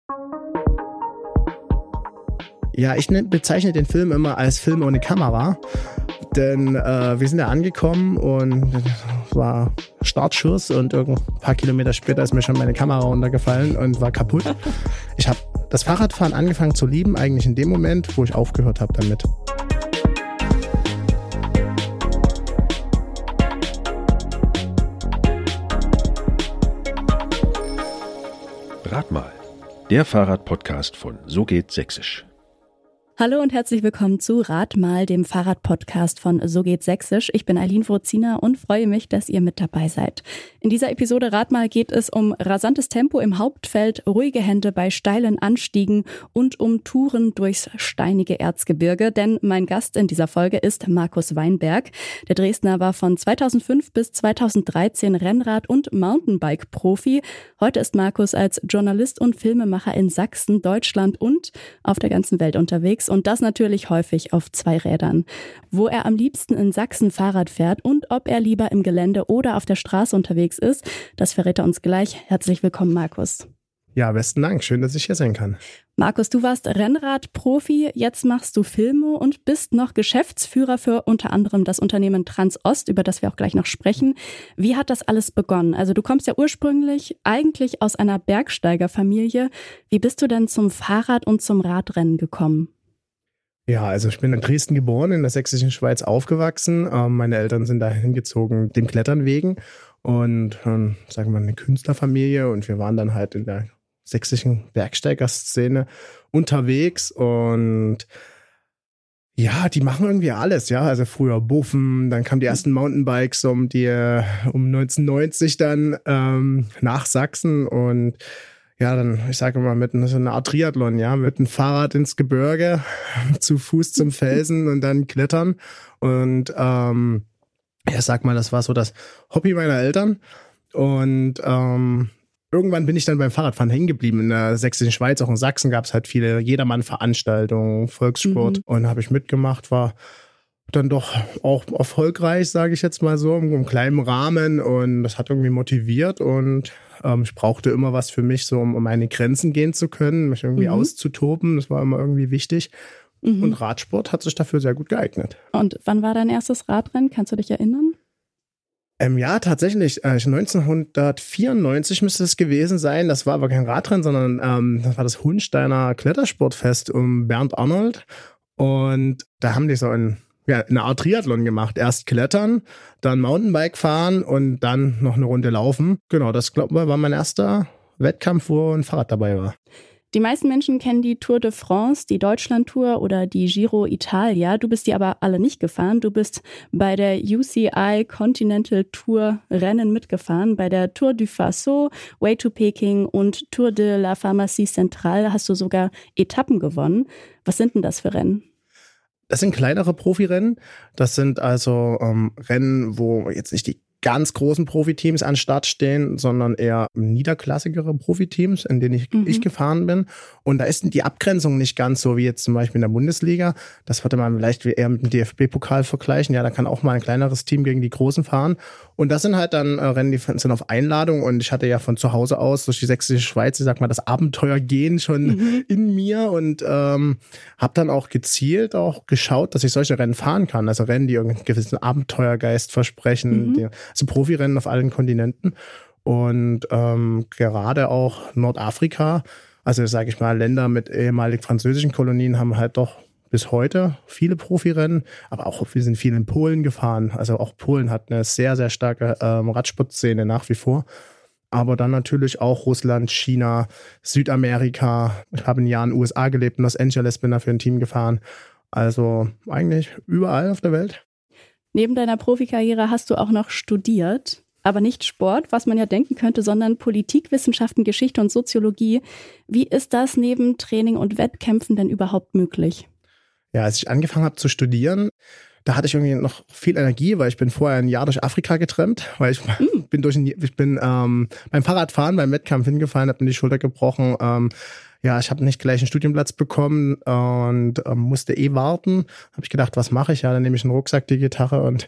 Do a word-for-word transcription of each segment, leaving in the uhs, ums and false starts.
Ja, ich bezeichne den Film immer als Film ohne Kamera, denn äh, wir sind ja angekommen und es war Startschuss und ein paar Kilometer später ist mir schon meine Kamera runtergefallen und war kaputt. Ich habe das Fahrradfahren angefangen zu lieben, eigentlich in dem Moment, wo ich aufgehört habe damit. Rat mal, der Fahrradpodcast von So geht Sächsisch. Hallo und herzlich willkommen zu Rat mal, dem Fahrradpodcast von So geht Sächsisch. Ich bin Eileen Wrozina und freue mich, dass ihr mit dabei seid. In dieser Episode Rat mal geht es um rasantes Tempo im Hauptfeld, ruhige Hände bei steilen Anstiegen und um Touren durchs steinige Erzgebirge. Denn mein Gast in dieser Folge ist Markus Weinberg. Der Dresdner war von zweitausendfünf bis zweitausenddreizehn Rennrad- und Mountainbike-Profi. Heute ist Markus als Journalist und Filmemacher in Sachsen, Deutschland und auf der ganzen Welt unterwegs. Und das natürlich häufig auf zwei Rädern. Wo er am liebsten in Sachsen Fahrrad fährt und ob er lieber im Gelände oder auf der Straße unterwegs ist, das verrät er uns gleich. Herzlich willkommen, Markus. Ja, besten Dank. Schön, dass ich hier sein kann. Markus, du warst Rennradprofi, jetzt machst du Filme und bist noch Geschäftsführer für unter anderem das Unternehmen Transost, über das wir auch gleich noch sprechen. Wie hat das alles begonnen? Also du kommst ja ursprünglich eigentlich aus einer Bergsteigerfamilie. Wie bist du denn zum Fahrrad und zum Radrennen gekommen? Ja, also ich bin in Dresden geboren, in der sächsischen Schweiz aufgewachsen. Ähm, meine Eltern sind da hingezogen, dem Klettern wegen. Und ähm, sagen wir mal eine Künstlerfamilie. Und wir waren dann halt in der sächsischen Bergsteigerszene unterwegs. Und ja, die machen irgendwie alles, ja. Also früher Buffen, dann kamen die ersten Mountainbikes um die um neunzehnhundertneunzig dann ähm, nach Sachsen und ja, dann, ich sage mal, mit so einer Art Triathlon, ja, mit dem Fahrrad ins Gebirge, zu Fuß zum Felsen und dann klettern. Und ähm, ja, sag mal, das war so das Hobby meiner Eltern. Und ähm, irgendwann bin ich dann beim Fahrradfahren hängen geblieben. In der sächsischen Schweiz, auch in Sachsen, gab es halt viele Jedermann-Veranstaltungen, Volkssport. Mhm. Und habe ich mitgemacht, war dann doch auch erfolgreich, sage ich jetzt mal so, im kleinen Rahmen. Und das hat irgendwie motiviert und ähm, ich brauchte immer was für mich, so um, um meine Grenzen gehen zu können, mich irgendwie mhm. auszutoben. Das war immer irgendwie wichtig. Mhm. Und Radsport hat sich dafür sehr gut geeignet. Und wann war dein erstes Radrennen? Kannst du dich erinnern? Ähm, ja, tatsächlich. Äh, neunzehnhundertvierundneunzig müsste es gewesen sein. Das war aber kein Radrennen, sondern ähm, das war das Hunsteiner Klettersportfest um Bernd Arnold. Und da haben die so ein Ja, eine Art Triathlon gemacht. Erst klettern, dann Mountainbike fahren und dann noch eine Runde laufen. Genau, das, glaube ich, war mein erster Wettkampf, wo ein Fahrrad dabei war. Die meisten Menschen kennen die Tour de France, die Deutschlandtour oder die Giro Italia. Du bist die aber alle nicht gefahren. Du bist bei der U C I Continental Tour Rennen mitgefahren. Bei der Tour du Faso, Way to Peking und Tour de la Pharmacie Centrale hast du sogar Etappen gewonnen. Was sind denn das für Rennen? Das sind kleinere Profirennen. Das sind also ähm, Rennen, wo jetzt nicht die ganz großen Profiteams an Start stehen, sondern eher niederklassigere Profiteams, in denen ich, mhm. ich gefahren bin. Und da ist die Abgrenzung nicht ganz so wie jetzt zum Beispiel in der Bundesliga. Das würde man vielleicht eher mit dem D F B-Pokal vergleichen. Ja, da kann auch mal ein kleineres Team gegen die Großen fahren. Und das sind halt dann äh, Rennen, die sind auf Einladung. Und ich hatte ja von zu Hause aus durch die sächsische Schweiz, ich sag mal, das Abenteuergehen schon mhm. in mir und ähm, habe dann auch gezielt auch geschaut, dass ich solche Rennen fahren kann. Also Rennen, die irgendeinen gewissen Abenteuergeist versprechen. Mhm. Die, also Profirennen auf allen Kontinenten. Und ähm, gerade auch Nordafrika, also sage ich mal, Länder mit ehemaligen französischen Kolonien haben halt doch bis heute viele Profirennen, aber auch wir sind viel in Polen gefahren. Also auch Polen hat eine sehr, sehr starke ähm, Radsportszene nach wie vor. Aber dann natürlich auch Russland, China, Südamerika. Ich habe ein Jahr in den U S A gelebt, in Los Angeles, bin da für ein Team gefahren. Also eigentlich überall auf der Welt. Neben deiner Profikarriere hast du auch noch studiert, aber nicht Sport, was man ja denken könnte, sondern Politikwissenschaften, Geschichte und Soziologie. Wie ist das neben Training und Wettkämpfen denn überhaupt möglich? Ja, als ich angefangen habe zu studieren, da hatte ich irgendwie noch viel Energie, weil ich bin vorher ein Jahr durch Afrika getrennt, weil ich mm. bin durch ein, ich bin ähm, beim Fahrradfahren, beim Wettkampf hingefallen, habe mir die Schulter gebrochen. Ähm, ja, ich habe nicht gleich einen Studienplatz bekommen und ähm, musste eh warten. Habe ich gedacht, was mache ich? Ja, dann nehme ich einen Rucksack, die Gitarre und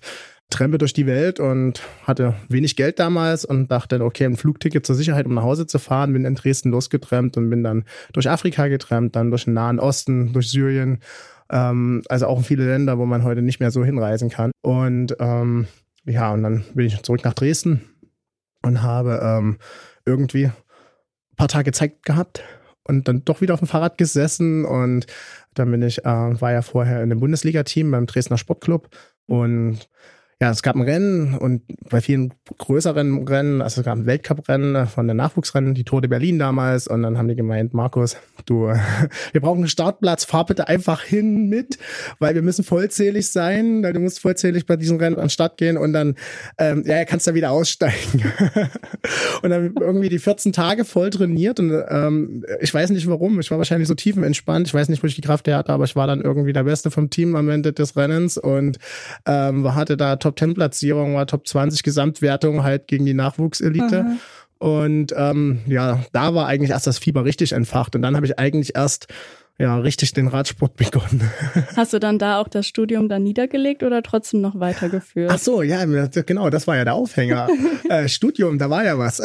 Trempe durch die Welt und hatte wenig Geld damals und dachte, okay, ein Flugticket zur Sicherheit, um nach Hause zu fahren, bin in Dresden losgetrennt und bin dann durch Afrika getrennt, dann durch den Nahen Osten, durch Syrien, ähm, also auch in viele Länder, wo man heute nicht mehr so hinreisen kann. Und ähm, ja, und dann bin ich zurück nach Dresden und habe ähm, irgendwie ein paar Tage Zeit gehabt und dann doch wieder auf dem Fahrrad gesessen und dann bin ich, äh, war ja vorher in dem Bundesliga-Team beim Dresdner Sportclub und ja, es gab ein Rennen und bei vielen größeren Rennen, also es gab ein Weltcuprennen von den Nachwuchsrennen, die Tour de Berlin damals und dann haben die gemeint, Markus, du, wir brauchen einen Startplatz, fahr bitte einfach hin mit, weil wir müssen vollzählig sein, du musst vollzählig bei diesem Rennen an den Start gehen und dann, ähm, ja, kannst du wieder aussteigen. Und dann irgendwie die vierzehn Tage voll trainiert und ähm, ich weiß nicht warum, ich war wahrscheinlich so tiefenentspannt, ich weiß nicht, wo ich die Kraft her hatte, aber ich war dann irgendwie der Beste vom Team am Ende des Rennens und ähm, hatte da Top zehn Platzierung, war Top zwanzig Gesamtwertung halt gegen die Nachwuchselite. Mhm. Und ähm, ja, da war eigentlich erst das Fieber richtig entfacht. Und dann habe ich eigentlich erst ja richtig den Radsport begonnen. Hast du dann da auch das Studium dann niedergelegt oder trotzdem noch weitergeführt? Ach so, ja, genau, das war ja der Aufhänger. äh, Studium, da war ja was.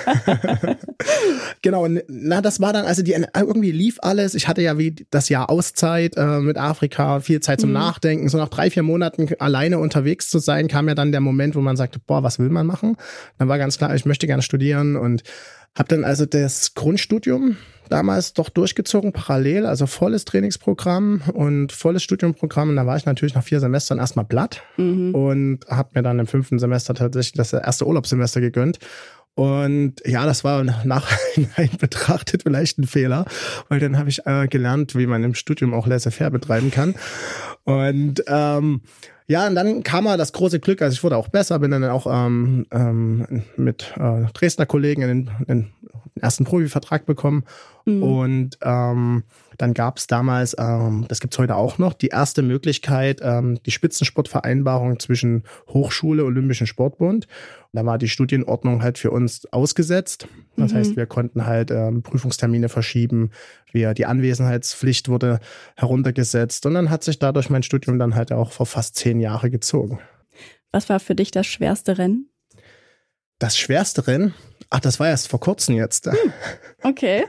Genau, na, das war dann, also die irgendwie lief alles. Ich hatte ja wie das Jahr Auszeit äh, mit Afrika, viel Zeit zum mhm. Nachdenken. So nach drei, vier Monaten alleine unterwegs zu sein, kam ja dann der Moment, wo man sagte, boah, was will man machen? Dann war ganz klar, ich möchte gerne studieren und habe dann also das Grundstudium damals doch durchgezogen, parallel, also volles Trainingsprogramm und volles Studiumprogramm. Und da war ich natürlich nach vier Semestern erstmal platt mhm. und habe mir dann im fünften Semester tatsächlich das erste Urlaubssemester gegönnt. Und ja, das war nachhinein betrachtet vielleicht ein Fehler, weil dann habe ich äh, gelernt, wie man im Studium auch laissez-faire betreiben kann. Und ähm, ja, und dann kam mal das große Glück, also ich wurde auch besser, bin dann auch ähm, ähm, mit äh, Dresdner Kollegen in den, in den ersten Profivertrag bekommen. Mhm. Und ähm, dann gab es damals, ähm, das gibt's heute auch noch, die erste Möglichkeit, ähm, die Spitzensportvereinbarung zwischen Hochschule, Olympischen Sportbund. Und da war die Studienordnung halt für uns ausgesetzt. Das mhm. heißt, wir konnten halt ähm, Prüfungstermine verschieben. Wir, die Anwesenheitspflicht wurde heruntergesetzt. Und dann hat sich dadurch mein Studium dann halt auch vor fast zehn Jahre gezogen. Was war für dich das schwerste Rennen? Das schwerste Rennen? Ach, das war erst vor kurzem jetzt. Hm, okay.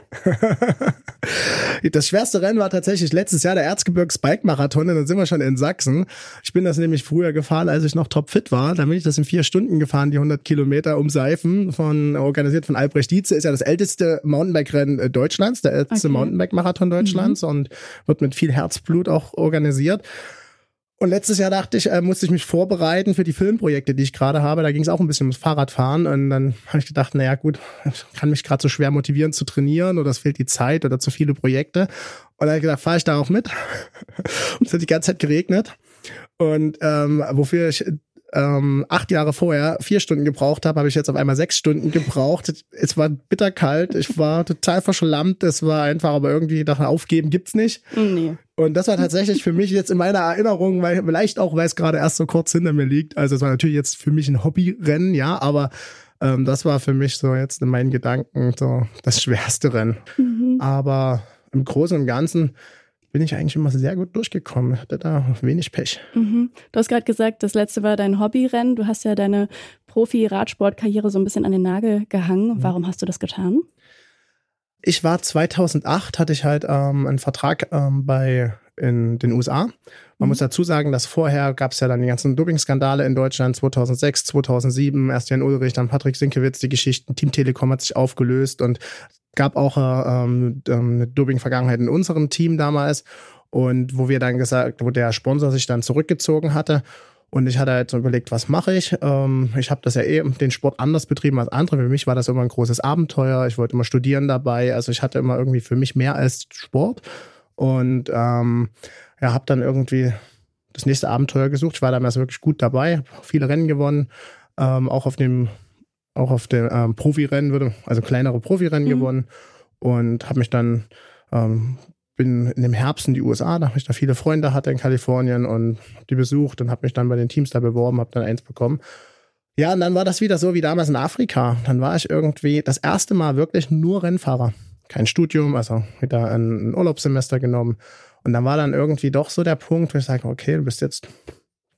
Das schwerste Rennen war tatsächlich letztes Jahr der Erzgebirgs-Bike-Marathon und dann sind wir schon in Sachsen. Ich bin das nämlich früher gefahren, als ich noch topfit war. Da bin ich das in vier Stunden gefahren, die hundert Kilometer um Seifen, von, organisiert von Albrecht Dietze. Ist ja das älteste Mountainbike-Rennen Deutschlands, der älteste okay. Mountainbike-Marathon Deutschlands mhm. und wird mit viel Herzblut auch organisiert. Und letztes Jahr dachte ich, äh, musste ich mich vorbereiten für die Filmprojekte, die ich gerade habe. Da ging es auch ein bisschen ums Fahrradfahren. Und dann habe ich gedacht, naja gut, ich kann mich gerade so schwer motivieren zu trainieren oder es fehlt die Zeit oder zu viele Projekte. Und dann habe ich gedacht, fahre ich da auch mit. Und es hat die ganze Zeit geregnet. Und ähm, wofür ich ähm, acht Jahre vorher vier Stunden gebraucht habe, habe ich jetzt auf einmal sechs Stunden gebraucht. Es war bitterkalt, ich war total verschlammt. Es war einfach, aber irgendwie dachte, aufgeben gibt's nicht. Nee. Und das war tatsächlich für mich jetzt in meiner Erinnerung, weil vielleicht auch, weil es gerade erst so kurz hinter mir liegt. Also es war natürlich jetzt für mich ein Hobbyrennen, ja, aber ähm, das war für mich so jetzt in meinen Gedanken so das schwerste Rennen. Mhm. Aber im Großen und Ganzen bin ich eigentlich immer sehr gut durchgekommen. Hatte da wenig Pech. Mhm. Du hast gerade gesagt, das letzte war dein Hobbyrennen. Du hast ja deine Profi-Radsportkarriere so ein bisschen an den Nagel gehangen. Mhm. Warum hast du das getan? Ich war zweitausendacht, hatte ich halt ähm, einen Vertrag ähm, bei in den U S A. Man mhm. muss dazu sagen, dass vorher gab es ja dann die ganzen Doping-Skandale in Deutschland, zweitausendsechs, zweitausendsieben, erst Jan Ulrich, dann Patrick Sinkewitz, die Geschichten, Team Telekom hat sich aufgelöst und gab auch äh, ähm, eine Doping-Vergangenheit in unserem Team damals und wo wir dann gesagt, wo der Sponsor sich dann zurückgezogen hatte. Und ich hatte halt so überlegt, was mache ich? Ähm, ich habe das ja eh den Sport anders betrieben als andere. Für mich war das immer ein großes Abenteuer. Ich wollte immer studieren dabei. Also ich hatte immer irgendwie für mich mehr als Sport. Und ähm, ja, habe dann irgendwie das nächste Abenteuer gesucht. Ich war damals wirklich gut dabei, habe viele Rennen gewonnen, ähm, auch auf dem auch auf dem ähm, Profirennen würde, also kleinere Profirennen mhm. gewonnen und habe mich dann ähm, bin in dem Herbst in die U S A, da ich da viele Freunde hatte in Kalifornien und hab die besucht und habe mich dann bei den Teams da beworben, habe dann eins bekommen. Ja, und dann war das wieder so wie damals in Afrika. Dann war ich irgendwie das erste Mal wirklich nur Rennfahrer. Kein Studium, also wieder ein Urlaubssemester genommen. Und dann war dann irgendwie doch so der Punkt, wo ich sage, okay, du bist jetzt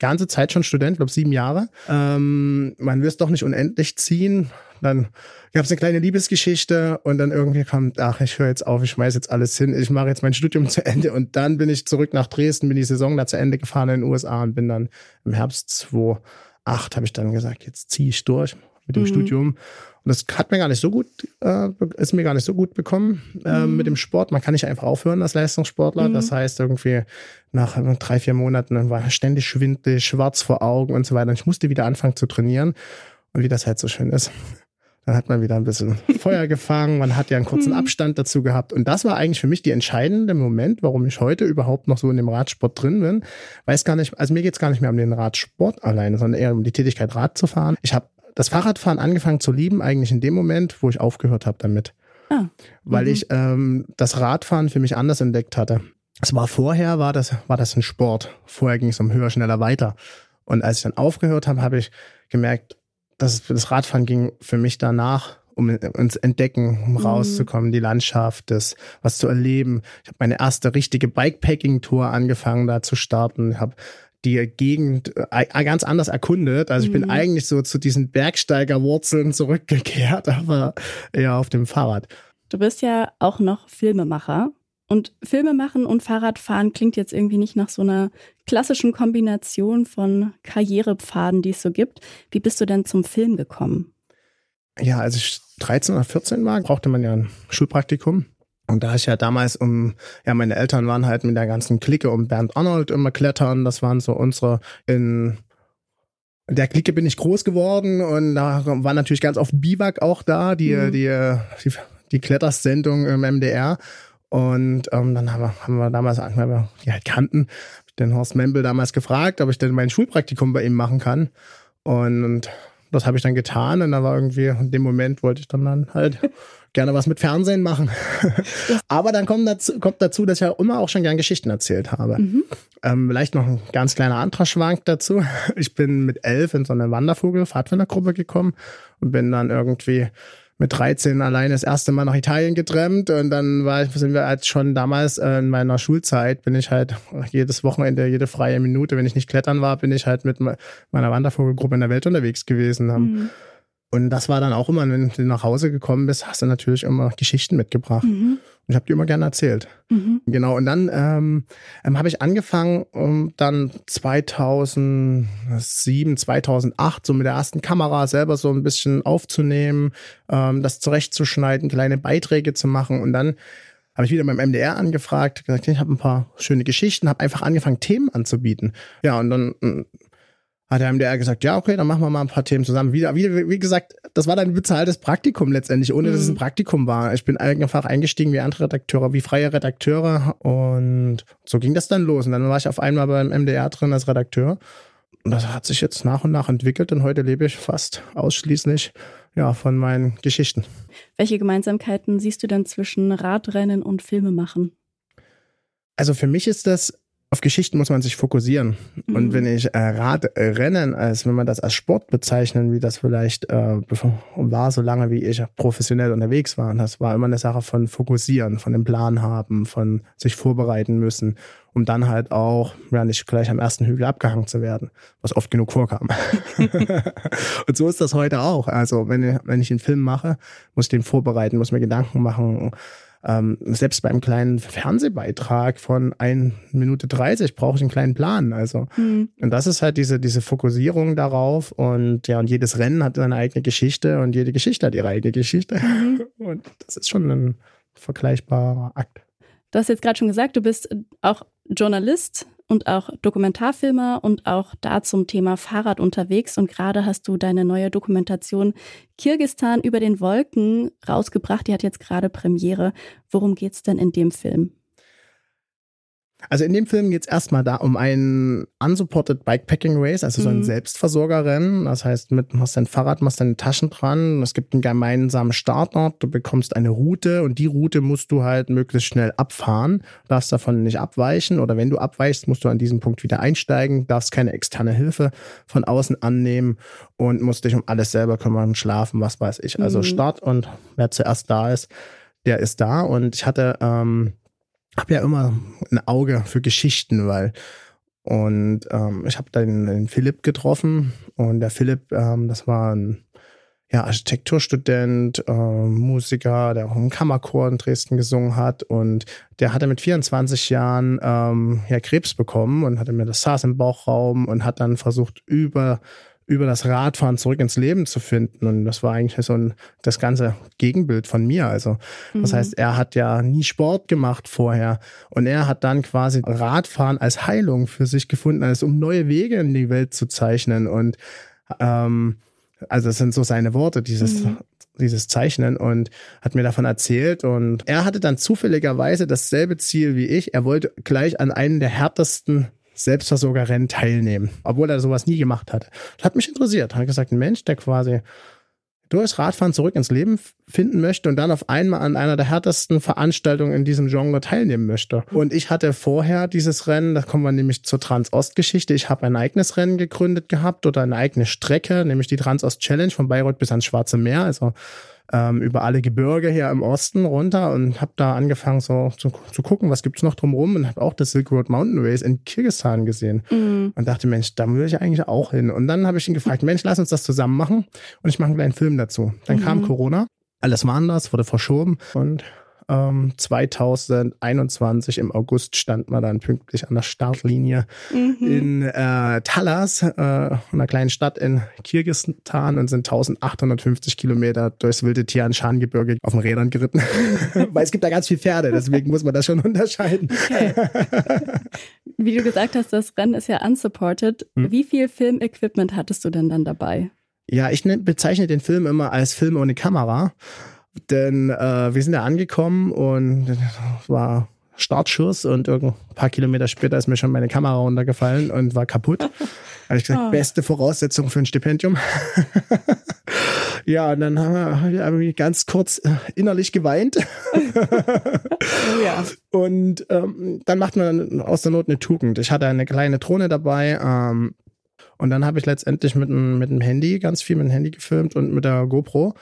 ganze Zeit schon Student, glaube sieben Jahre. Ähm, man will es doch nicht unendlich ziehen. Dann gab es eine kleine Liebesgeschichte und dann irgendwie kommt, ach, ich höre jetzt auf, ich schmeiß jetzt alles hin, ich mache jetzt mein Studium zu Ende und dann bin ich zurück nach Dresden, bin die Saison da zu Ende gefahren in den U S A und bin dann im Herbst zweitausendacht, habe ich dann gesagt, jetzt ziehe ich durch mit dem mhm. Studium. Und das hat mir gar nicht so gut, äh, ist mir gar nicht so gut bekommen äh, mhm. mit dem Sport. Man kann nicht einfach aufhören als Leistungssportler. Mhm. Das heißt, irgendwie nach drei, vier Monaten dann war ständig schwindelig, schwarz vor Augen und so weiter. Und ich musste wieder anfangen zu trainieren. Und wie das halt so schön ist, dann hat man wieder ein bisschen Feuer gefangen. Man hat ja einen kurzen mhm. Abstand dazu gehabt. Und das war eigentlich für mich die entscheidende Moment, warum ich heute überhaupt noch so in dem Radsport drin bin. Weiß gar nicht, also mir geht's gar nicht mehr um den Radsport alleine, sondern eher um die Tätigkeit, Rad zu fahren. Ich habe das Fahrradfahren angefangen zu lieben, eigentlich in dem Moment, wo ich aufgehört habe damit. Ah. Weil mhm. ich ähm, das Radfahren für mich anders entdeckt hatte. Es war vorher, war das, war das ein Sport. Vorher ging es um höher, schneller, weiter. Und als ich dann aufgehört habe, habe ich gemerkt, dass das Radfahren ging für mich danach um ins Entdecken, um rauszukommen, die Landschaft, das was zu erleben. Ich habe meine erste richtige Bikepacking-Tour angefangen, da zu starten. Habe die Gegend äh, ganz anders erkundet. Also ich bin mhm. eigentlich so zu diesen Bergsteigerwurzeln zurückgekehrt, aber eher auf dem Fahrrad. Du bist ja auch noch Filmemacher. Und Filme machen und Fahrradfahren klingt jetzt irgendwie nicht nach so einer klassischen Kombination von Karrierepfaden, die es so gibt. Wie bist du denn zum Film gekommen? Ja, als ich dreizehn oder vierzehn war, brauchte man ja ein Schulpraktikum. Und da ich ja damals um, ja, meine Eltern waren halt mit der ganzen Clique um Bernd Arnold immer klettern. Das waren so unsere, in der Clique bin ich groß geworden und da war natürlich ganz oft Biwak auch da, die, mhm. die, die, die Klettersendung im M D R. Und ähm, dann haben wir, haben wir damals, weil wir die halt kannten, hab ich den Horst Mempel damals gefragt, ob ich denn mein Schulpraktikum bei ihm machen kann. Und, und das habe ich dann getan und da war irgendwie, in dem Moment wollte ich dann, dann halt gerne was mit Fernsehen machen. Aber dann kommt dazu, kommt dazu, dass ich ja immer auch schon gern Geschichten erzählt habe. Mhm. Ähm, vielleicht noch ein ganz kleiner anderer Schwank dazu. Ich bin mit elf in so eine Wandervogel-Pfadfindergruppe gekommen und bin dann irgendwie mit dreizehn allein das erste Mal nach Italien getrennt und dann war, sind wir halt schon damals äh, in meiner Schulzeit, bin ich halt jedes Wochenende, jede freie Minute, wenn ich nicht klettern war, bin ich halt mit meiner Wandervogelgruppe in der Welt unterwegs gewesen. Mhm. Und das war dann auch immer, wenn du nach Hause gekommen bist, hast du natürlich immer Geschichten mitgebracht. Mhm. Und ich habe die immer gerne erzählt. Mhm. Genau, und dann ähm, ähm, habe ich angefangen, um dann zweitausendsieben, zweitausendacht so mit der ersten Kamera selber so ein bisschen aufzunehmen, ähm, das zurechtzuschneiden, kleine Beiträge zu machen. Und dann habe ich wieder beim M D R angefragt, gesagt, ich habe ein paar schöne Geschichten, habe einfach angefangen, Themen anzubieten. Ja, und dann hat der M D R gesagt, ja, okay, dann machen wir mal ein paar Themen zusammen. Wie, wie, wie gesagt, das war dann ein bezahltes Praktikum letztendlich, ohne mhm. dass es ein Praktikum war. Ich bin einfach eingestiegen wie andere Redakteure, wie freie Redakteure und so ging das dann los. Und dann war ich auf einmal beim M D R drin als Redakteur. Und das hat sich jetzt nach und nach entwickelt und heute lebe ich fast ausschließlich ja, von meinen Geschichten. Welche Gemeinsamkeiten siehst du denn zwischen Radrennen und Filmemachen? Also für mich ist das, auf Geschichten muss man sich fokussieren. Mhm. Und wenn ich äh, Radrennen, als wenn man das als Sport bezeichnen, wie das vielleicht äh, war, so lange wie ich professionell unterwegs war, und das war immer eine Sache von Fokussieren, von dem Plan haben, von sich vorbereiten müssen, um dann halt auch ja nicht gleich am ersten Hügel abgehangen zu werden, was oft genug vorkam. Und so ist das heute auch. Also wenn ich, wenn ich einen Film mache, muss ich den vorbereiten, muss mir Gedanken machen. Ähm, selbst beim kleinen Fernsehbeitrag von eine Minute dreißig brauche ich einen kleinen Plan. Also, mhm. und das ist halt diese, diese Fokussierung darauf. Und ja, und jedes Rennen hat seine eigene Geschichte und jede Geschichte hat ihre eigene Geschichte. Mhm. Und das ist schon ein vergleichbarer Akt. Du hast jetzt gerade schon gesagt, du bist auch Journalist und auch Dokumentarfilmer und auch da zum Thema Fahrrad unterwegs. Und gerade hast du deine neue Dokumentation Kirgisistan über den Wolken rausgebracht. Die hat jetzt gerade Premiere. Worum geht's denn in dem Film? Also in dem Film geht es erstmal da um ein unsupported Bikepacking Race, also so ein mhm. Selbstversorgerrennen. Das heißt, mit hast dein Fahrrad, machst deine Taschen dran. Es gibt einen gemeinsamen Startort. Du bekommst eine Route und die Route musst du halt möglichst schnell abfahren. Du darfst davon nicht abweichen oder wenn du abweichst, musst du an diesem Punkt wieder einsteigen. Darfst keine externe Hilfe von außen annehmen und musst dich um alles selber kümmern, schlafen, was weiß ich. Also mhm. Start und wer zuerst da ist, der ist da. Und ich hatte ähm, habe ja immer ein Auge für Geschichten, weil Und ähm, ich habe dann den Philipp getroffen und der Philipp, ähm, das war ein ja, Architekturstudent, äh, Musiker, der auch im Kammerchor in Dresden gesungen hat, und der hatte mit vierundzwanzig Jahren ähm, ja, Krebs bekommen und hatte mir das saß im Bauchraum und hat dann versucht, über über das Radfahren zurück ins Leben zu finden. Und das war eigentlich so ein, das ganze Gegenbild von mir. Also das mhm. heißt, er hat ja nie Sport gemacht vorher. Und er hat dann quasi Radfahren als Heilung für sich gefunden, als um neue Wege in die Welt zu zeichnen. Und ähm, also das sind so seine Worte, dieses, mhm. dieses Zeichnen, und hat mir davon erzählt. Und er hatte dann zufälligerweise dasselbe Ziel wie ich. Er wollte gleich an einem der härtesten Selbstversorgerrennen teilnehmen, obwohl er sowas nie gemacht hatte. Das hat mich interessiert. Hat gesagt, ein Mensch, der quasi durch das Radfahren zurück ins Leben finden möchte und dann auf einmal an einer der härtesten Veranstaltungen in diesem Genre teilnehmen möchte. Und ich hatte vorher dieses Rennen, da kommen wir nämlich zur Trans-Ost-Geschichte. Ich habe ein eigenes Rennen gegründet gehabt oder eine eigene Strecke, nämlich die Trans-Ost-Challenge von Bayreuth bis ans Schwarze Meer, also ähm, über alle Gebirge hier im Osten runter, und habe da angefangen so zu, zu gucken, was gibt's noch drumherum, und habe auch das Silk Road Mountain Race in Kirgisistan gesehen mhm. und dachte, Mensch, da will ich eigentlich auch hin. Und dann habe ich ihn gefragt, Mensch, lass uns das zusammen machen, und ich mache einen kleinen Film dazu. Dann mhm. kam Corona, alles war anders, wurde verschoben, und ähm, zweitausendeinundzwanzig im August stand man dann pünktlich an der Startlinie mhm. in äh, Talas, äh, einer kleinen Stadt in Kirgisistan, und sind eintausendachthundertfünfzig Kilometer durchs wilde Tian-Shan-Gebirge auf den Rädern geritten. Weil es gibt da ganz viele Pferde, deswegen muss man das schon unterscheiden. Okay. Wie du gesagt hast, das Rennen ist ja unsupported. Hm? Wie viel Filmequipment hattest du denn dann dabei? Ja, ich ne, bezeichne den Film immer als Film ohne Kamera. Denn äh, wir sind da angekommen und es war Startschuss, und ein paar Kilometer später ist mir schon meine Kamera runtergefallen und war kaputt. Habe ich gesagt, oh. beste Voraussetzung für ein Stipendium. Ja, und dann haben wir, haben wir ganz kurz äh, innerlich geweint. Oh, ja. Und ähm, dann macht man aus der Not eine Tugend. Ich hatte eine kleine Drohne dabei, ähm, und dann habe ich letztendlich mit dem, mit dem Handy, ganz viel mit dem Handy gefilmt und mit der GoPro.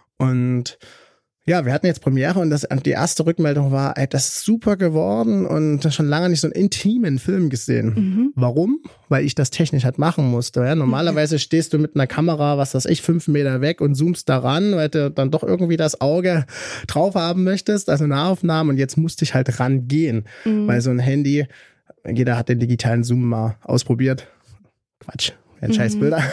Und ja, wir hatten jetzt Premiere, und das, die erste Rückmeldung war, ey, das ist super geworden, und schon lange nicht so einen intimen Film gesehen. Mhm. Warum? Weil ich das technisch halt machen musste. Ja? Normalerweise stehst du mit einer Kamera, was weiß ich, fünf Meter weg und zoomst da ran, weil du dann doch irgendwie das Auge drauf haben möchtest, also Nahaufnahmen, und jetzt musste ich halt rangehen, mhm. weil so ein Handy, jeder hat den digitalen Zoom mal ausprobiert. Quatsch, ein mhm. scheiß Bilder.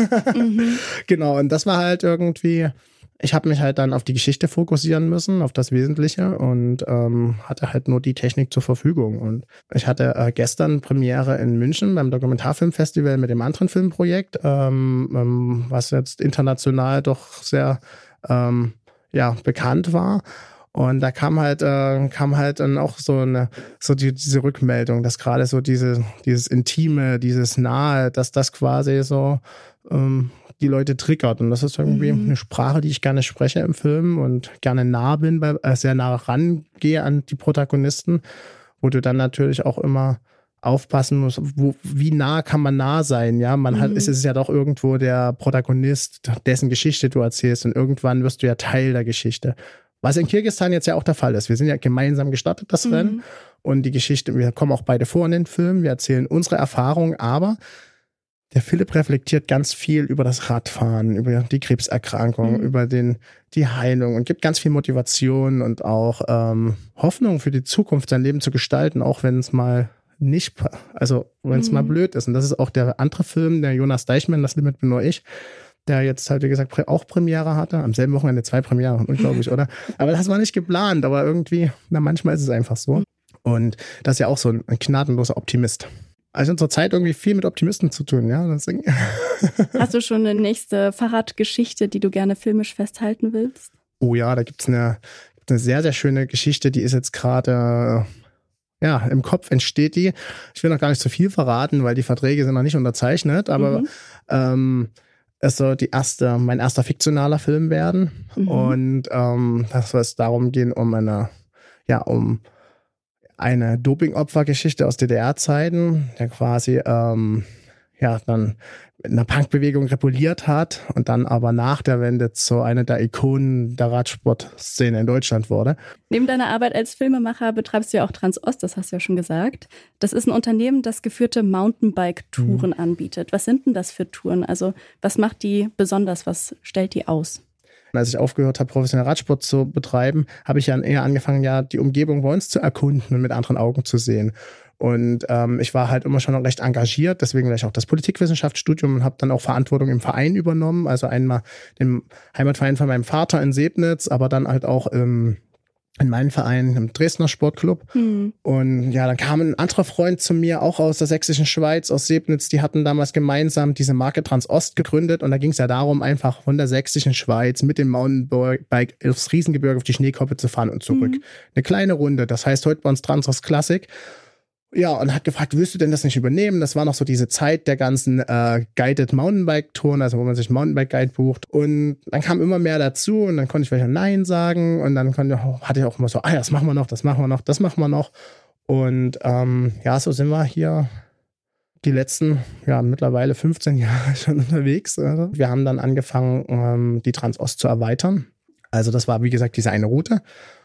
Mhm. Genau, und das war halt irgendwie... Ich habe mich halt dann auf die Geschichte fokussieren müssen, auf das Wesentliche, und ähm, hatte halt nur die Technik zur Verfügung. Und ich hatte äh, gestern Premiere in München beim Dokumentarfilmfestival mit dem anderen Filmprojekt, ähm, ähm, was jetzt international doch sehr ähm, ja, bekannt war. Und da kam halt, äh, kam halt dann auch so eine, so die, diese Rückmeldung, dass gerade so diese, dieses Intime, dieses Nahe, dass das quasi so ähm, die Leute triggert. Und das ist irgendwie mhm. eine Sprache, die ich gerne spreche im Film und gerne nah bin, bei, äh, sehr nah rangehe an die Protagonisten, wo du dann natürlich auch immer aufpassen musst, wo, wie nah kann man nah sein, ja, man mhm. hat, es ist ja doch irgendwo der Protagonist, dessen Geschichte du erzählst, und irgendwann wirst du ja Teil der Geschichte. Was in Kirgisistan jetzt ja auch der Fall ist. Wir sind ja gemeinsam gestartet, das mhm. Rennen, und die Geschichte, wir kommen auch beide vor in den Film, wir erzählen unsere Erfahrung, aber der Philipp reflektiert ganz viel über das Radfahren, über die Krebserkrankung, mhm. über den, die Heilung, und gibt ganz viel Motivation und auch ähm, Hoffnung für die Zukunft, sein Leben zu gestalten, auch wenn es mal nicht, also wenn es mhm. mal blöd ist. Und das ist auch der andere Film, der Jonas Deichmann, Das Limit bin nur ich, der jetzt halt, wie gesagt, auch Premiere hatte. Am selben Wochenende zwei Premiere, unglaublich, oder? Aber das war nicht geplant, aber irgendwie, na, manchmal ist es einfach so. Und das ist ja auch so ein, ein gnadenloser Optimist. Also in unserer Zeit irgendwie viel mit Optimisten zu tun, ja. Deswegen. Hast du schon eine nächste Fahrradgeschichte, die du gerne filmisch festhalten willst? Oh ja, da gibt's eine, eine sehr, sehr schöne Geschichte, die ist jetzt gerade, ja, im Kopf entsteht die. Ich will noch gar nicht so viel verraten, weil die Verträge sind noch nicht unterzeichnet, aber mhm. ähm, es soll die erste, mein erster fiktionaler Film werden. Mhm. Und ähm, das soll es darum gehen, um eine, ja, um eine Dopingopfergeschichte aus D D R-Zeiten, der quasi ähm, ja dann mit einer Punkbewegung rebelliert hat und dann aber nach der Wende zu einer der Ikonen der Radsportszene in Deutschland wurde. Neben deiner Arbeit als Filmemacher betreibst du ja auch Transost, das hast du ja schon gesagt. Das ist ein Unternehmen, das geführte Mountainbike-Touren mhm. anbietet. Was sind denn das für Touren? Also was macht die besonders? Was stellt die aus? Als ich aufgehört habe, professionell Radsport zu betreiben, habe ich ja eher angefangen, ja die Umgebung bei uns zu erkunden und mit anderen Augen zu sehen. Und ähm, ich war halt immer schon recht engagiert, deswegen gleich auch das Politikwissenschaftsstudium und habe dann auch Verantwortung im Verein übernommen. Also einmal im Heimatverein von meinem Vater in Sebnitz, aber dann halt auch im in meinem Verein, im Dresdner Sportclub. Mhm. Und ja, dann kam ein anderer Freund zu mir, auch aus der sächsischen Schweiz, aus Sebnitz. Die hatten damals gemeinsam diese Marke Transost gegründet. Und da ging es ja darum, einfach von der sächsischen Schweiz mit dem Mountainbike aufs Riesengebirge auf die Schneekoppe zu fahren und zurück. Mhm. Eine kleine Runde. Das heißt, heute bei uns Transost Classic. Ja, und hat gefragt, willst du denn das nicht übernehmen? Das war noch so diese Zeit der ganzen äh, Guided Mountainbike-Touren, also wo man sich einen Mountainbike-Guide bucht. Und dann kam immer mehr dazu und dann konnte ich vielleicht Nein sagen und dann konnte, hatte ich auch immer so, ah ja, das machen wir noch, das machen wir noch, das machen wir noch. Und ähm, ja, so sind wir hier die letzten, ja, mittlerweile fünfzehn Jahre schon unterwegs. Also. Wir haben dann angefangen, ähm, die Transost zu erweitern. Also das war, wie gesagt, diese eine Route.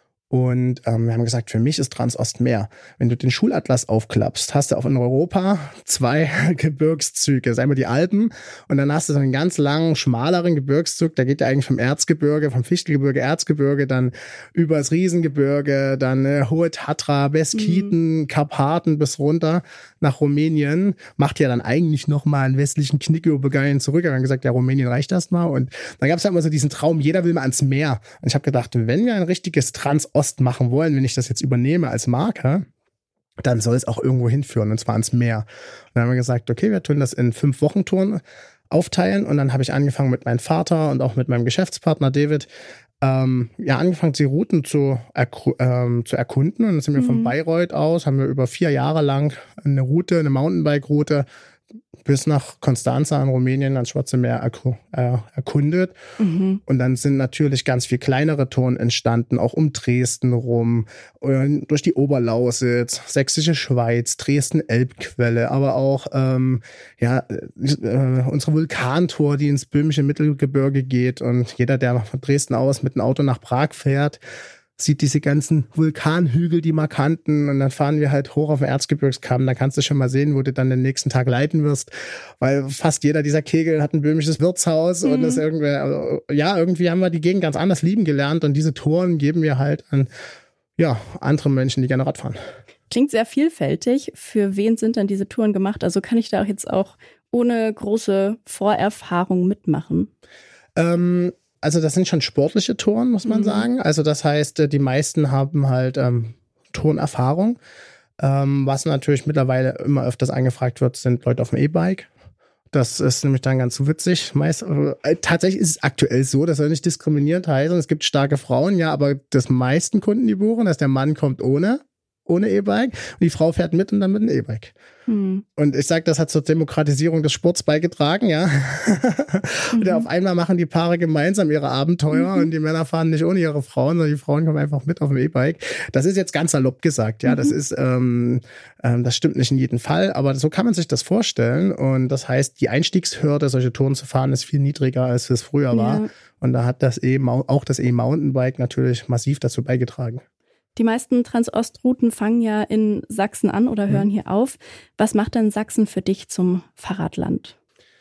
Und ähm, wir haben gesagt, für mich ist Transost mehr. Wenn du den Schulatlas aufklappst, hast du auch in Europa zwei Gebirgszüge. Das ist einmal die Alpen und dann hast du so einen ganz langen, schmaleren Gebirgszug. Der geht ja eigentlich vom Erzgebirge, vom Fichtelgebirge, Erzgebirge, dann übers Riesengebirge, dann äh, Hohe Tatra, Beskiden, mhm. Karpaten bis runter nach Rumänien. Macht ja dann eigentlich nochmal einen westlichen Knick über Bulgarien zurück. Wir haben gesagt, ja, Rumänien reicht erstmal. Und dann gab es ja immer so diesen Traum, jeder will mal ans Meer. Und ich habe gedacht, wenn wir ein richtiges Transost machen wollen, wenn ich das jetzt übernehme als Marke, dann soll es auch irgendwo hinführen, und zwar ans Meer. Und dann haben wir gesagt, okay, wir tun das in fünf Wochentouren aufteilen und dann habe ich angefangen mit meinem Vater und auch mit meinem Geschäftspartner David, ähm, ja, angefangen, die Routen zu, erku- ähm, zu erkunden und dann sind wir mhm. von Bayreuth aus, haben wir über vier Jahre lang eine Route, eine Mountainbike-Route bis nach Constanța in Rumänien ans Schwarze Meer erku- äh, erkundet. Mhm. Und dann sind natürlich ganz viel kleinere Touren entstanden, auch um Dresden rum, durch die Oberlausitz, Sächsische Schweiz, Dresden-Elbquelle, aber auch ähm, ja, äh, unsere Vulkantour, die ins böhmische Mittelgebirge geht. Und jeder, der von Dresden aus mit dem Auto nach Prag fährt, sieht diese ganzen Vulkanhügel, die markanten, und dann fahren wir halt hoch auf den Erzgebirgskamm. Da kannst du schon mal sehen, wo du dann den nächsten Tag leiten wirst, weil fast jeder dieser Kegel hat ein böhmisches Wirtshaus mhm. und das irgendwie, also, ja, irgendwie haben wir die Gegend ganz anders lieben gelernt und diese Touren geben wir halt an, ja, andere Menschen, die gerne Rad fahren. Klingt sehr vielfältig. Für wen sind dann diese Touren gemacht? Also kann ich da auch jetzt auch ohne große Vorerfahrung mitmachen? Ähm, Also das sind schon sportliche Touren, muss man mhm. sagen. Also das heißt, die meisten haben halt ähm, Tourenerfahrung. Ähm, was natürlich mittlerweile immer öfters angefragt wird, sind Leute auf dem E-Bike. Das ist nämlich dann ganz witzig. Meist, äh, tatsächlich ist es aktuell so, das soll nicht diskriminierend heißen. Es gibt starke Frauen, ja, aber das meisten Kunden, die buchen, dass der Mann kommt ohne. ohne E-Bike und die Frau fährt mit und dann mit einem E-Bike. Hm. Und ich sage, das hat zur Demokratisierung des Sports beigetragen, ja. Mhm. Und auf einmal machen die Paare gemeinsam ihre Abenteuer mhm. und die Männer fahren nicht ohne ihre Frauen, sondern die Frauen kommen einfach mit auf dem E-Bike. Das ist jetzt ganz salopp gesagt, ja. Mhm. Das ist, ähm, ähm, das stimmt nicht in jedem Fall, aber so kann man sich das vorstellen. Und das heißt, die Einstiegshürde, solche Touren zu fahren, ist viel niedriger, als es früher war. Ja. Und da hat das E- auch das E-Mountainbike natürlich massiv dazu beigetragen. Die meisten Transost-Routen fangen ja in Sachsen an oder hören mhm. hier auf. Was macht denn Sachsen für dich zum Fahrradland?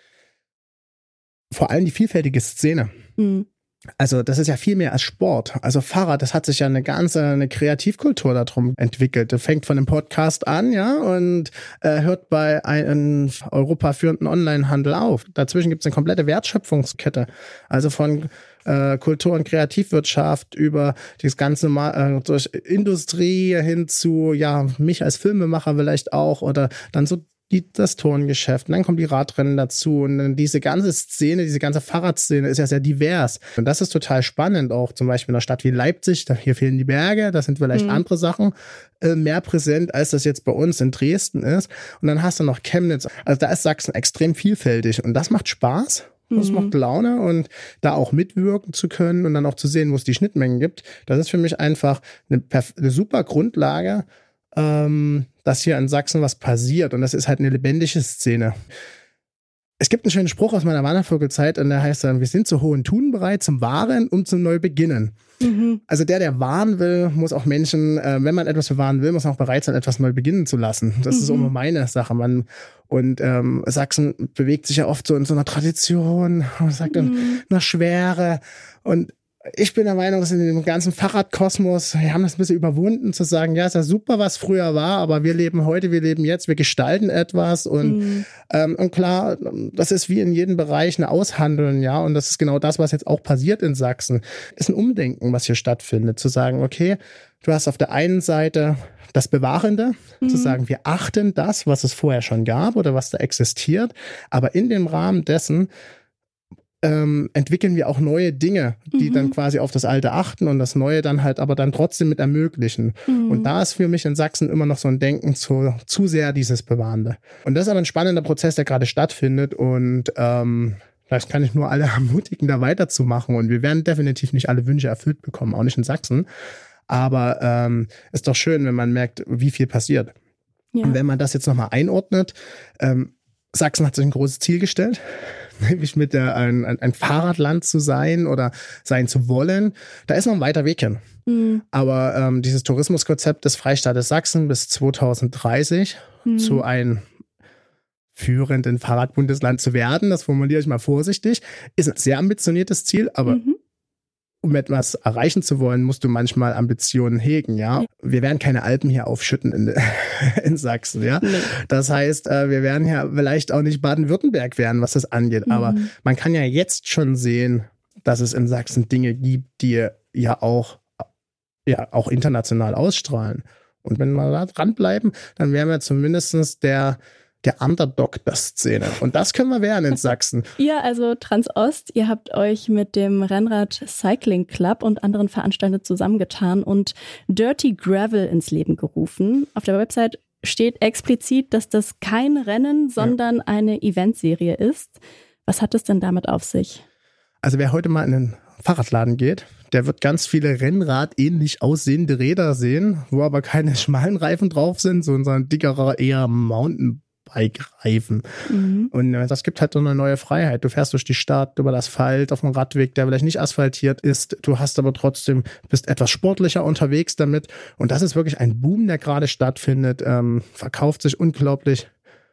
Vor allem die vielfältige Szene. Mhm. Also das ist ja viel mehr als Sport. Also Fahrrad, das hat sich ja eine ganze eine Kreativkultur darum entwickelt. Das fängt von einem Podcast an, ja, und äh, hört bei einem Europa führenden Onlinehandel auf. Dazwischen gibt es eine komplette Wertschöpfungskette. Also von äh, Kultur- und Kreativwirtschaft über das ganze Mal äh, durch Industrie hin zu, ja, mich als Filmemacher vielleicht auch oder dann so Die, das Tourengeschäft. Und dann kommen die Radrennen dazu. Und dann diese ganze Szene, diese ganze Fahrradszene ist ja sehr divers. Und das ist total spannend, auch zum Beispiel in einer Stadt wie Leipzig. Da, hier fehlen die Berge, da sind vielleicht mhm. andere Sachen äh, mehr präsent, als das jetzt bei uns in Dresden ist. Und dann hast du noch Chemnitz. Also da ist Sachsen extrem vielfältig. Und das macht Spaß. Das mhm. macht Laune. Und da auch mitwirken zu können und dann auch zu sehen, wo es die Schnittmengen gibt, das ist für mich einfach eine, perf- eine super Grundlage, ähm, dass hier in Sachsen was passiert. Und das ist halt eine lebendige Szene. Es gibt einen schönen Spruch aus meiner Wandervogelzeit und der heißt dann, wir sind zu hohen Tun bereit, zum Wahren und zum Neubeginnen. Mhm. Also der, der wahren will, muss auch Menschen, äh, wenn man etwas bewahren will, muss auch bereit sein, etwas neu beginnen zu lassen. Das mhm. ist immer meine Sache. Man, und ähm, Sachsen bewegt sich ja oft so in so einer Tradition, man sagt in mhm. einer Schwere. Und ich bin der Meinung, dass in dem ganzen Fahrradkosmos, wir haben das ein bisschen überwunden, zu sagen, ja, ist ja super, was früher war, aber wir leben heute, wir leben jetzt, wir gestalten etwas und, mhm. ähm, und klar, das ist wie in jedem Bereich eine Aushandeln, ja, und das ist genau das, was jetzt auch passiert in Sachsen. Ist ein Umdenken, was hier stattfindet, zu sagen, okay, du hast auf der einen Seite das Bewahrende, mhm. zu sagen, wir achten das, was es vorher schon gab oder was da existiert, aber in dem Rahmen dessen Ähm, entwickeln wir auch neue Dinge, die mhm. dann quasi auf das Alte achten und das Neue dann halt aber dann trotzdem mit ermöglichen. Mhm. Und da ist für mich in Sachsen immer noch so ein Denken zu, zu sehr dieses Bewahrende. Und das ist aber ein spannender Prozess, der gerade stattfindet und ähm, das kann ich nur alle ermutigen, da weiterzumachen. Und wir werden definitiv nicht alle Wünsche erfüllt bekommen, auch nicht in Sachsen. Aber ähm, ist doch schön, wenn man merkt, wie viel passiert. Ja. Und wenn man das jetzt nochmal einordnet, ähm, Sachsen hat sich ein großes Ziel gestellt, nämlich mit der, ein, ein Fahrradland zu sein oder sein zu wollen. Da ist noch ein weiter Weg hin. Mhm. Aber ähm, dieses Tourismuskonzept des Freistaates Sachsen bis zweitausenddreißig mhm. zu einem führenden Fahrradbundesland zu werden, das formuliere ich mal vorsichtig, ist ein sehr ambitioniertes Ziel, aber mhm. um etwas erreichen zu wollen, musst du manchmal Ambitionen hegen, ja. Wir werden keine Alpen hier aufschütten in, in Sachsen, ja. Nee. Das heißt, wir werden ja vielleicht auch nicht Baden-Württemberg werden, was das angeht. Mhm. Aber man kann ja jetzt schon sehen, dass es in Sachsen Dinge gibt, die ja auch, ja auch international ausstrahlen. Und wenn wir da dranbleiben, dann wären wir zumindest der der Underdog der Szene. Und das können wir werden in Sachsen. Ja, also Transost, ihr habt euch mit dem Rennrad Cycling Club und anderen Veranstaltern zusammengetan und Dirty Gravel ins Leben gerufen. Auf der Website steht explizit, dass das kein Rennen, sondern ja. eine Eventserie ist. Was hat es denn damit auf sich? Also wer heute mal in den Fahrradladen geht, der wird ganz viele Rennrad-ähnlich aussehende Räder sehen, wo aber keine schmalen Reifen drauf sind, sondern dickerer eher Mountain Bike-Reifen. Mhm. Und das gibt halt so eine neue Freiheit. Du fährst durch die Stadt, über das Asphalt, auf einem Radweg, der vielleicht nicht asphaltiert ist. Du hast aber trotzdem, bist etwas sportlicher unterwegs damit. Und das ist wirklich ein Boom, der gerade stattfindet. Ähm, verkauft sich unglaublich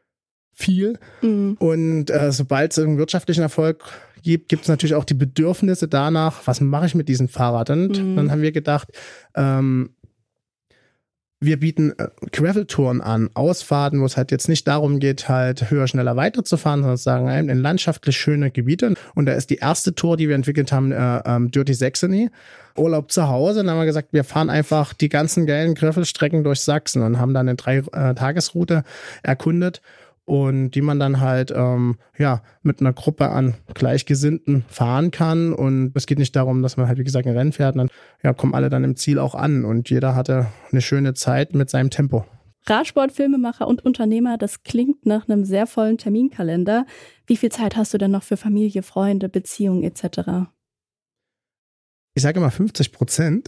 viel. Mhm. Und äh, sobald es einen wirtschaftlichen Erfolg gibt, gibt es natürlich auch die Bedürfnisse danach, was mache ich mit diesem Fahrrad? Und mhm. dann haben wir gedacht, ähm, wir bieten äh, Gravel-Touren an, Ausfahrten, wo es halt jetzt nicht darum geht, halt höher, schneller weiterzufahren, sondern sagen, in landschaftlich schöne Gebiete. Und da ist die erste Tour, die wir entwickelt haben, äh, ähm, Dirty Saxony, Urlaub zu Hause. Dann haben wir gesagt, wir fahren einfach die ganzen geilen Gravel-Strecken durch Sachsen und haben dann eine drei-Tagesroute erkundet. Und die man dann halt ähm, ja mit einer Gruppe an Gleichgesinnten fahren kann. Und es geht nicht darum, dass man halt, wie gesagt, ein Rennen fährt. Und dann ja, kommen alle dann im Ziel auch an. Und jeder hatte eine schöne Zeit mit seinem Tempo. Radsport, Filmemacher und Unternehmer, das klingt nach einem sehr vollen Terminkalender. Wie viel Zeit hast du denn noch für Familie, Freunde, Beziehungen et cetera? Ich sage immer fünfzig Prozent.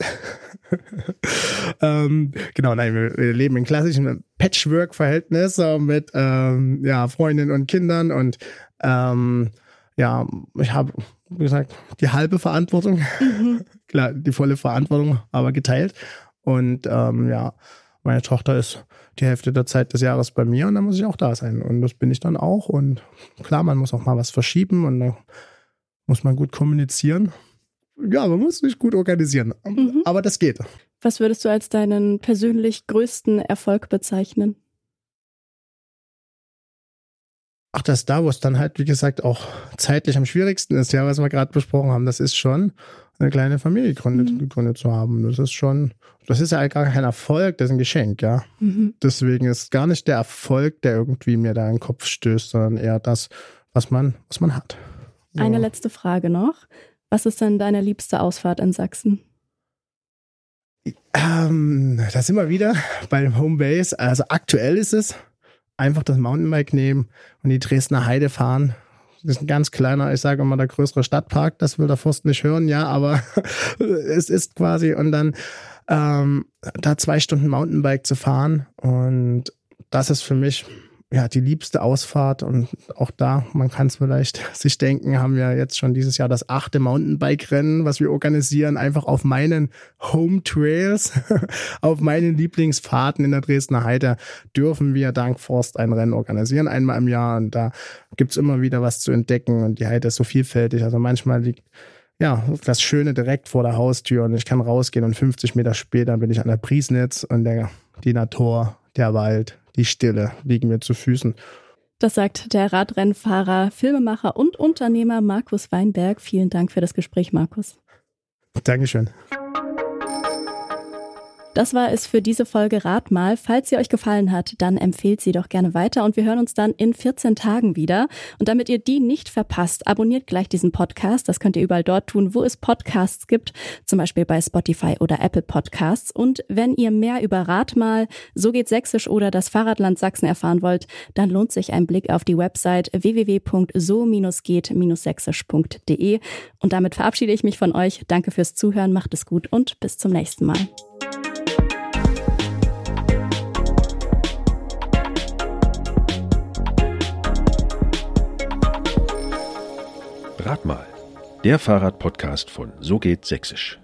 ähm, genau, nein, wir, wir leben in klassischen Patchwork-Verhältnis mit ähm, ja, Freundinnen und Kindern und ähm, ja, ich habe, wie gesagt, die halbe Verantwortung, mhm. klar, die volle Verantwortung, aber geteilt. Und ähm, ja, meine Tochter ist die Hälfte der Zeit des Jahres bei mir und dann muss ich auch da sein. Und das bin ich dann auch. Und klar, man muss auch mal was verschieben und dann muss man gut kommunizieren. Ja, man muss sich gut organisieren. Mhm. Aber das geht. Was würdest du als deinen persönlich größten Erfolg bezeichnen? Ach, das da, wo es dann halt, wie gesagt, auch zeitlich am schwierigsten ist, ja, was wir gerade besprochen haben, das ist schon eine kleine Familie gegründet, mhm. gegründet zu haben. Das ist schon, das ist ja gar kein Erfolg, das ist ein Geschenk, ja. Mhm. Deswegen ist gar nicht der Erfolg, der irgendwie mir da in den Kopf stößt, sondern eher das, was man, was man hat. Ja. Eine letzte Frage noch. Was ist denn deine liebste Ausfahrt in Sachsen? Ähm, da sind wir wieder bei dem Homebase. Also aktuell ist es einfach das Mountainbike nehmen und die Dresdner Heide fahren. Das ist ein ganz kleiner, ich sage immer, der größere Stadtpark. Das will der Forst nicht hören, ja, aber es ist quasi. Und dann ähm, da zwei Stunden Mountainbike zu fahren. Und das ist für mich ja, die liebste Ausfahrt und auch da, man kann es vielleicht sich denken, haben wir jetzt schon dieses Jahr das achte Mountainbike-Rennen, was wir organisieren, einfach auf meinen Home Trails, auf meinen Lieblingsfahrten in der Dresdner Heide dürfen wir dank Forst ein Rennen organisieren, einmal im Jahr und da gibt's immer wieder was zu entdecken und die Heide ist so vielfältig, also manchmal liegt ja, das Schöne direkt vor der Haustür und ich kann rausgehen und fünfzig Meter später bin ich an der Priesnitz und der, die Natur, der Wald, die Stille liegen mir zu Füßen. Das sagt der Radrennfahrer, Filmemacher und Unternehmer Markus Weinberg. Vielen Dank für das Gespräch, Markus. Dankeschön. Das war es für diese Folge Rat mal. Falls sie euch gefallen hat, dann empfehlt sie doch gerne weiter und wir hören uns dann in vierzehn Tagen wieder. Und damit ihr die nicht verpasst, abonniert gleich diesen Podcast. Das könnt ihr überall dort tun, wo es Podcasts gibt, zum Beispiel bei Spotify oder Apple Podcasts. Und wenn ihr mehr über Rat mal, So geht Sächsisch oder das Fahrradland Sachsen erfahren wollt, dann lohnt sich ein Blick auf die Website w w w punkt so geht sächsisch punkt d e. Und damit verabschiede ich mich von euch. Danke fürs Zuhören, macht es gut und bis zum nächsten Mal. Rat mal, der Fahrradpodcast von So geht Sächsisch.